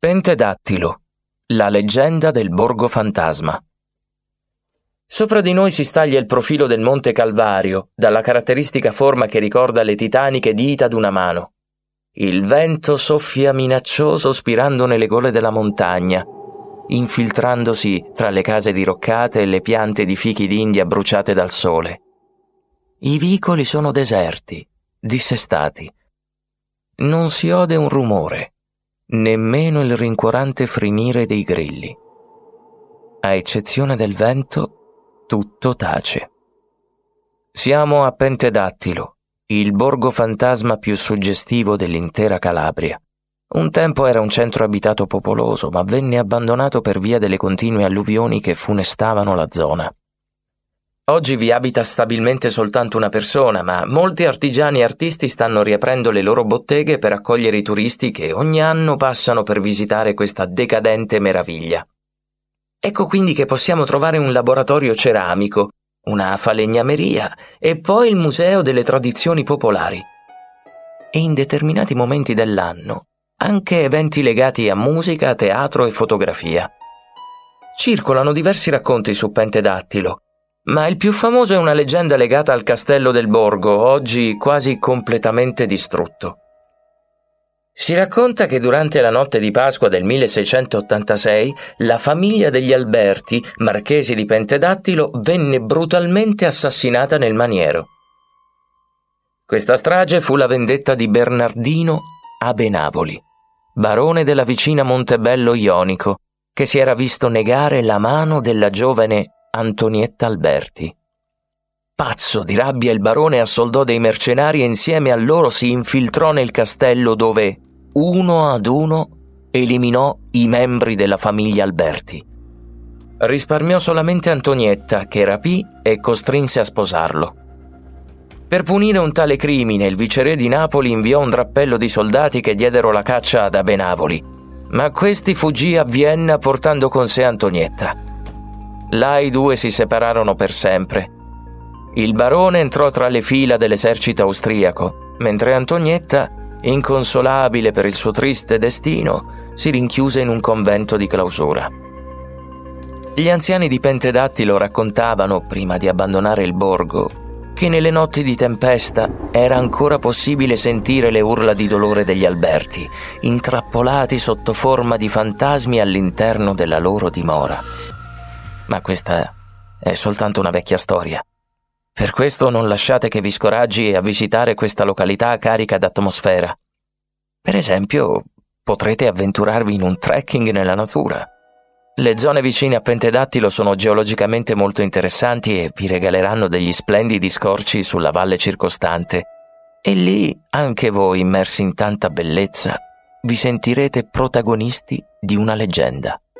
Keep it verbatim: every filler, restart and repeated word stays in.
Pentedattilo, la leggenda del Borgo Fantasma. Sopra di noi si staglia il profilo del Monte Calvario, dalla caratteristica forma che ricorda le titaniche dita d'una mano. Il vento soffia minaccioso spirando nelle gole della montagna, infiltrandosi tra le case diroccate e le piante di fichi d'India bruciate dal sole. I vicoli sono deserti, dissestati. Non si ode un rumore, nemmeno il rincuorante frinire dei grilli. A eccezione del vento, tutto tace. Siamo a Pentedattilo, il borgo fantasma più suggestivo dell'intera Calabria. Un tempo era un centro abitato popoloso, ma venne abbandonato per via delle continue alluvioni che funestavano la zona. Oggi vi abita stabilmente soltanto una persona, ma molti artigiani e artisti stanno riaprendo le loro botteghe per accogliere i turisti che ogni anno passano per visitare questa decadente meraviglia. Ecco quindi che possiamo trovare un laboratorio ceramico, una falegnameria e poi il museo delle tradizioni popolari. E in determinati momenti dell'anno anche eventi legati a musica, teatro e fotografia. Circolano diversi racconti su Pentedattilo, ma il più famoso è una leggenda legata al castello del borgo, oggi quasi completamente distrutto. Si racconta che durante la notte di Pasqua del milleseicentottantasei la famiglia degli Alberti, marchesi di Pentedattilo, venne brutalmente assassinata nel maniero. Questa strage fu la vendetta di Bernardino Abenavoli, barone della vicina Montebello Ionico, che si era visto negare la mano della giovane Antonietta Alberti. Pazzo di rabbia, il barone assoldò dei mercenari e insieme a loro si infiltrò nel castello dove, uno ad uno, eliminò i membri della famiglia Alberti. Risparmiò solamente Antonietta, che rapì e costrinse a sposarlo. Per punire un tale crimine, il viceré di Napoli inviò un drappello di soldati che diedero la caccia ad Abenavoli, ma questi fuggì a Vienna portando con sé Antonietta. Là i due si separarono per sempre. Il barone entrò tra le fila dell'esercito austriaco, mentre Antonietta, inconsolabile per il suo triste destino, si rinchiuse in un convento di clausura. Gli anziani di Pentedattilo raccontavano, prima di abbandonare il borgo, che nelle notti di tempesta era ancora possibile sentire le urla di dolore degli Alberti, intrappolati sotto forma di fantasmi all'interno della loro dimora. Ma questa è soltanto una vecchia storia. Per questo non lasciate che vi scoraggi a visitare questa località carica d'atmosfera. Per esempio, potrete avventurarvi in un trekking nella natura. Le zone vicine a Pentedattilo sono geologicamente molto interessanti e vi regaleranno degli splendidi scorci sulla valle circostante. E lì, anche voi, immersi in tanta bellezza, vi sentirete protagonisti di una leggenda.